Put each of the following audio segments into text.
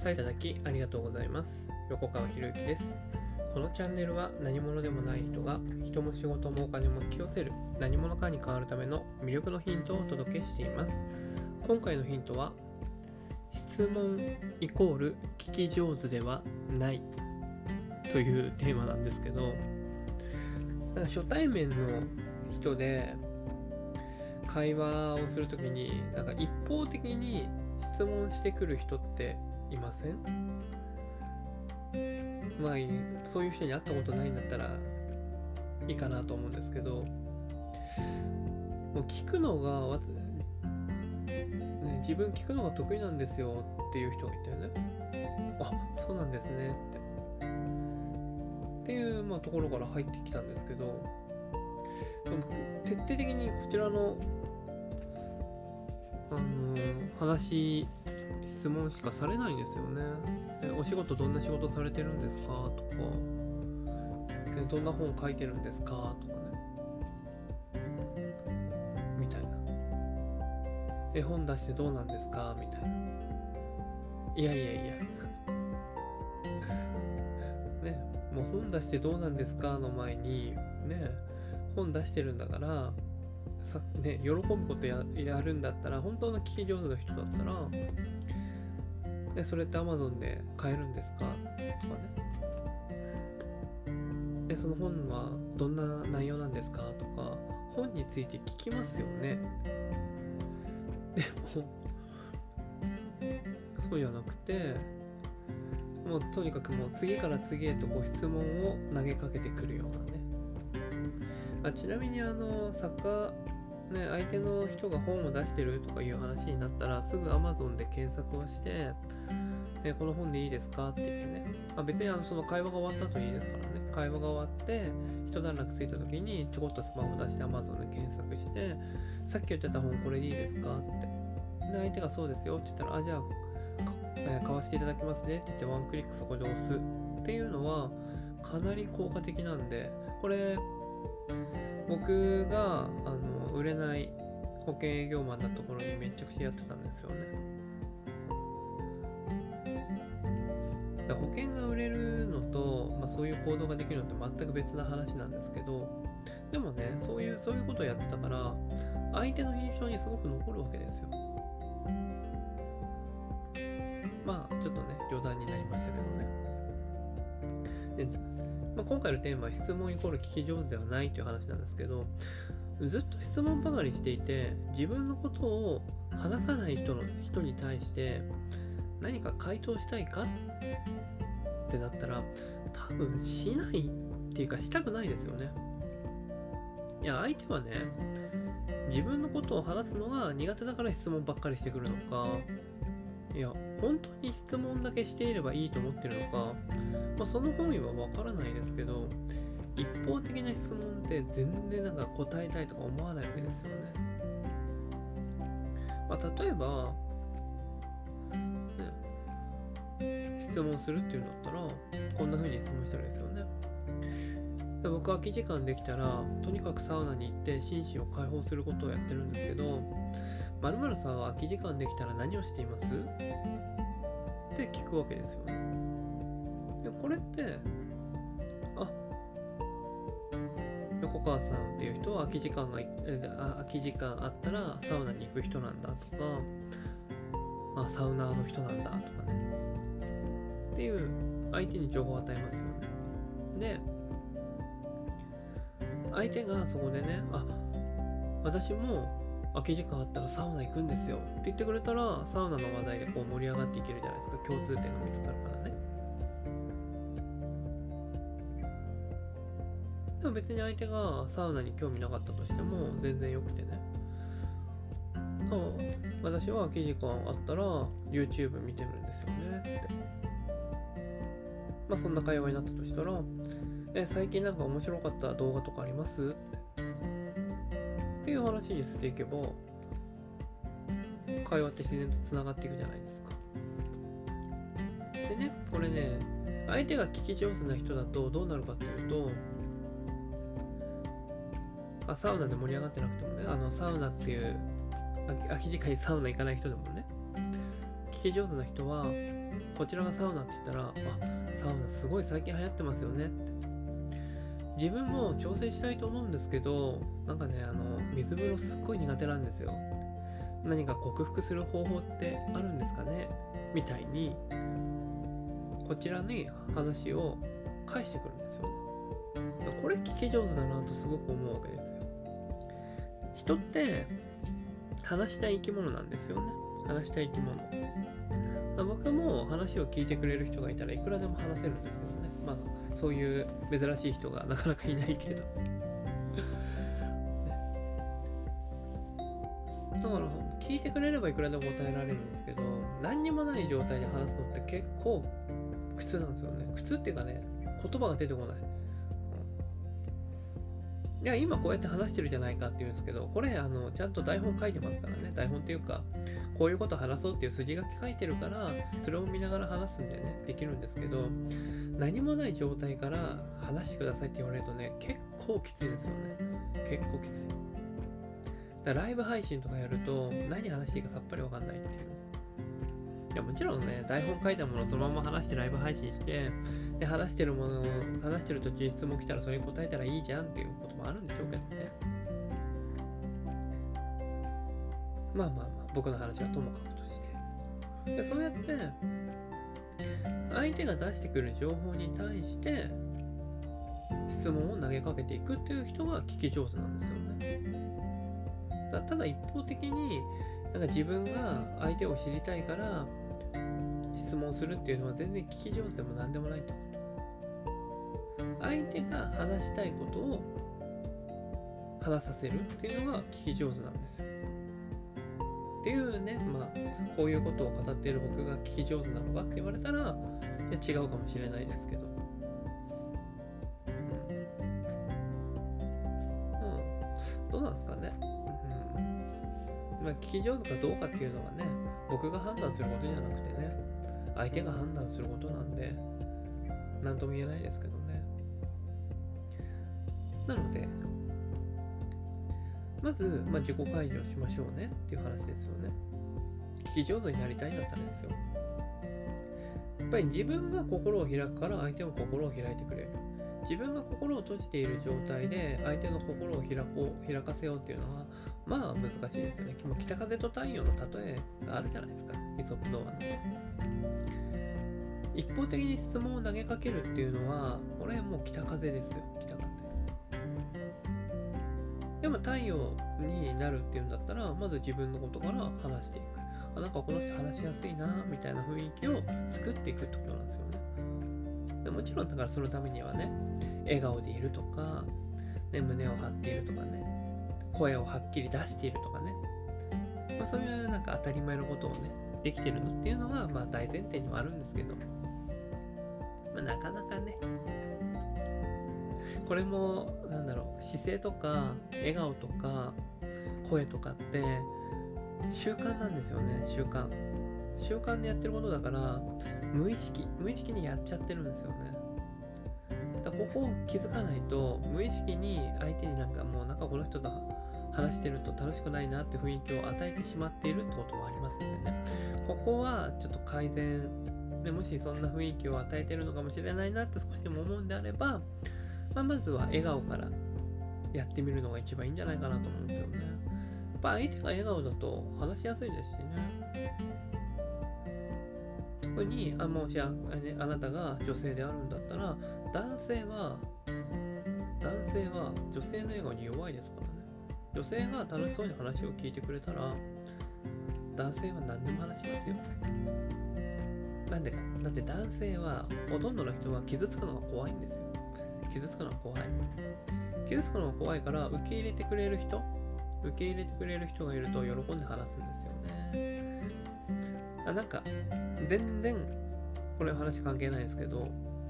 いただきありがとうございます。横川博之です。このチャンネルは何者でもない人が人も仕事もお金も引き寄せる何者かに変わるための魅力のヒントをお届けしています。今回のヒントは質問イコール聞き上手ではないというテーマなんですけど、初対面の人で会話をするときに一方的に質問してくる人っていません？そういう人に会ったことないんだったらいいかなと思うんですけど、もう聞くのが、自分聞くのが得意なんですよっていう人がいたよね。あ、そうなんですねっていう、ところから入ってきたんですけど、徹底的にこちらの質問しかされないんですよね。お仕事どんな仕事されてるんですかとか、どんな本書いてるんですかとかね、みたいな。本出してどうなんですかみたいな。いやね、もう本出してどうなんですかの前にね、本出してるんだから喜ぶことやるんだったら、本当の聞き上手な人だったら、それって Amazon で買えるんですかとかね。その本はどんな内容なんですかとか、本について聞きますよね。でもそうじゃなくて、もうとにかくもう次から次へと質問を投げかけてくるようなね。ちなみに作家相手の人が本を出してるとかいう話になったら、すぐ Amazon で検索をして、この本でいいですかって言ってね、別にその会話が終わった後にいいですからね。会話が終わって一段落ついた時にちょこっとスマホ出して Amazon で検索して、さっき言ってた本これでいいですかって。で相手がそうですよって言ったら、じゃあ買わせていただきますねって言ってワンクリックそこで押すっていうのはかなり効果的なんで、これ僕が売れない保険営業マンなところにめちゃくちゃやってたんですよね。保険が売れるのと、そういう行動ができるのって全く別な話なんですけど、でもね、そういうことをやってたから相手の印象にすごく残るわけですよ。ちょっとね余談になりましたけどね。で、今回のテーマは質問イコール聞き上手ではないという話なんですけど、ずっと質問ばかりしていて自分のことを話さない人に対して何か回答したいかってなったら、多分しないっていうかしたくないですよね。いや、相手はね、自分のことを話すのが苦手だから質問ばっかりしてくるのか、いや本当に質問だけしていればいいと思ってるのか、その本意はわからないですけど、一方的な質問って全然答えたいとか思わないわけですよね。例えば、質問するっていうんだったらこんな風に質問したらいいですよね。僕は空き時間できたらとにかくサウナに行って心身を解放することをやってるんですけど、〇〇さんは空き時間できたら何をしていますって聞くわけですよね。でこれって横川さんっていう人は空き時間あったらサウナに行く人なんだとか、サウナーの人なんだとかねっていう相手に情報を与えますよね。で相手がそこでね、私も空き時間あったらサウナ行くんですよって言ってくれたら、サウナの話題で盛り上がっていけるじゃないですか。共通点が見つかるからね。でも別に相手がサウナに興味なかったとしても全然よくてね、私は空き時間あったら YouTube 見てるんですよねって、そんな会話になったとしたら、最近面白かった動画とかありますっていう話にしていけば、会話って自然とつながっていくじゃないですか。でね、これね、相手が聞き上手な人だとどうなるかっていうと、サウナで盛り上がってなくてもね、サウナっていう空き時間にサウナ行かない人でもね、聞聞き上手な人は、こちらがサウナって言ったら、あ、サウナすごい最近流行ってますよねって。自分も挑戦したいと思うんですけど、なんかね、水風呂すっごい苦手なんですよ。何か克服する方法ってあるんですかねみたいに、こちらに話を返してくるんですよね。これ聞き上手だなとすごく思うわけですよ。人って話したい生き物なんですよね。話したい生き物。僕も話を聞いてくれる人がいたらいくらでも話せるんですけどね。まあそういう珍しい人がなかなかいないけどだから聞いてくれればいくらでも答えられるんですけど、何にもない状態で話すのって結構苦痛なんですよね。苦痛っていうかね、言葉が出てこない。いや、今こうやって話してるじゃないかって言うんですけど、これちゃんと台本書いてますからね。台本っていうか、こういうこと話そうっていう筋書き書いてるから、それを見ながら話すんでね、できるんですけど、何もない状態から話してくださいって言われるとね、結構きついですよね。結構きつい。だからライブ配信とかやると、何話していいかさっぱりわかんないっていう。いや、もちろんね、台本書いたものをそのまま話してライブ配信して、で話してる途中に質問来たらそれに答えたらいいじゃんっていうこともあるんでしょうけどね。まあ僕の話はともかくとして。でそうやって相手が出してくる情報に対して質問を投げかけていくっていう人が聞き上手なんですよね。ただ一方的になんか自分が相手を知りたいから質問するっていうのは全然聞き上手でも何でもないってこと。相手が話したいことを話させるっていうのが聞き上手なんですよ。っていうね、こういうことを語っている僕が聞き上手なのかって言われたら、いや違うかもしれないですけど。どうなんですかね。聞き上手かどうかっていうのはね、僕が判断することじゃなくてね、相手が判断することなんで、なんとも言えないですけどね。なので、まず、自己開示をしましょうねっていう話ですよね。聞き上手になりたいんだったらですよ。やっぱり自分が心を開くから相手も心を開いてくれる。自分が心を閉じている状態で相手の心を開かせようっていうのは難しいですよね。もう北風と太陽の例えがあるじゃないですか。イソップ童話の。一方的に質問を投げかけるっていうのは、これはもう北風ですよ。北風。でも太陽になるっていうんだったら、まず自分のことから話していく。なんかこの人話しやすいなみたいな雰囲気を作っていくってことなんですよね。でもちろんだからそのためにはね、笑顔でいるとか、ね、胸を張っているとかね、声をはっきり出しているとかね、そういうなんか当たり前のことをね、できてるのっていうのは大前提にもあるんですけど、なかなかね、これも姿勢とか笑顔とか声とかって習慣なんですよね。習慣でやってることだから無意識にやっちゃってるんですよね。だからここを気づかないと、無意識に相手になんかこの人と話してると楽しくないなって雰囲気を与えてしまっているってこともありますのでね、ここはちょっと改善で、もしそんな雰囲気を与えているのかもしれないなって少しでも思うんであれば、まずは笑顔からやってみるのが一番いいんじゃないかなと思うんですよね。やっぱ相手が笑顔だと話しやすいですしね。特にもしあなたが女性であるんだったら、男性は女性の笑顔に弱いですからね。女性が楽しそうに話を聞いてくれたら、男性は何でも話しますよ。なんでか、だって男性はほとんどの人は傷つくのが怖いんですよ。傷つくのが怖いから、受け入れてくれる人がいると喜んで話すんですよね。なんか全然これ話関係ないですけど、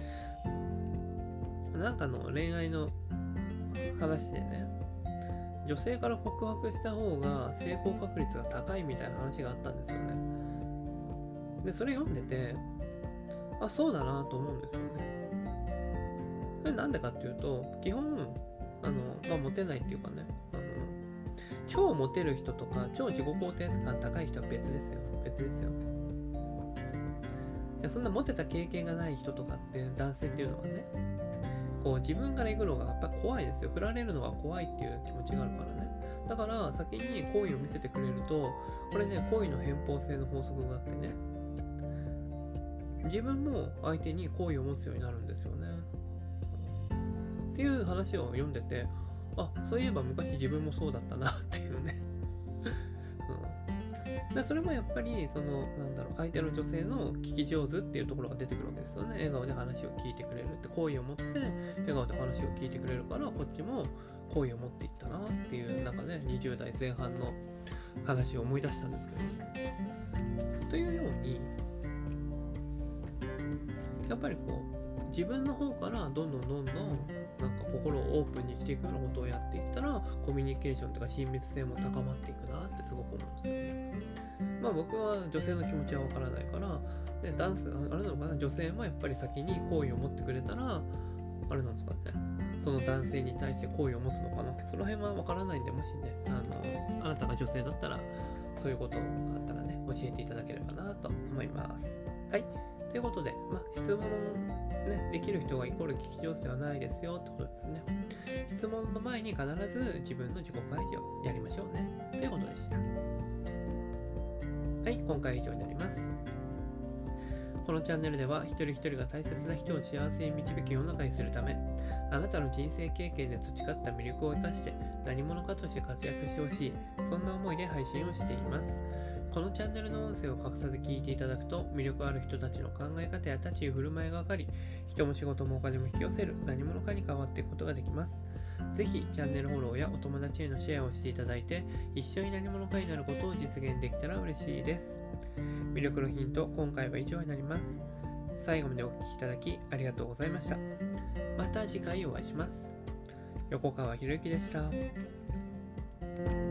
なんかの恋愛の話でね、女性から告白した方が成功確率が高いみたいな話があったんですよね。でそれ読んでて、そうだなと思うんですよね。それなんでかっていうと、基本モテないっていうかね、超モテる人とか超自己肯定感高い人は別ですよ。 やそんなモテた経験がない人とかっていう男性っていうのはね、こう自分から行くのがやっぱ怖いですよ。振られるのが怖いっていう気持ちがあるからね。だから先に好意を見せてくれると、これね、好意の偏方性の法則があってね、自分も相手に好意を持つようになるんですよね。っていう話を読んでて、あ、そういえば昔自分もそうだったなっていうね。でそれもやっぱり相手の女性の聞き上手っていうところが出てくるわけですよね。笑顔で話を聞いてくれるって好意を持って笑顔で話を聞いてくれるから、こっちも好意を持っていったなっていう中で、20代前半の話を思い出したんですけど、というようにやっぱりこう自分の方からどんどんなんか心をオープンにしていくようなことをやっていったら、コミュニケーションとか親密性も高まっていくなってすごく思うんですよね。まあ僕は女性の気持ちはわからないから、でダンスあれなのかな、女性もやっぱり先に好意を持ってくれたらあれなんですかね、その男性に対して好意を持つのかな、その辺はわからないんで、もしねあなたが女性だったらそういうことがあったらね、教えていただければなと思います。はい、ということで、質問ね、できる人がイコール聞き上手ではないですよってことですね。質問の前に必ず自分の自己開示をやりましょうねということでした。はい、今回は以上になります。このチャンネルでは一人一人が大切な人を幸せに導き世の中にするため、あなたの人生経験で培った魅力を生かして何者かとして活躍してほしい、そんな思いで配信をしています。このチャンネルの音声を隠さず聞いていただくと、魅力ある人たちの考え方や立ち居振る舞いが分かり、人も仕事もお金も引き寄せる何者かに変わっていくことができます。ぜひチャンネルフォローやお友達へのシェアをしていただいて、一緒に何者かになることを実現できたら嬉しいです。魅力のヒント、今回は以上になります。最後までお聞きいただきありがとうございました。また次回お会いします。横川博之でした。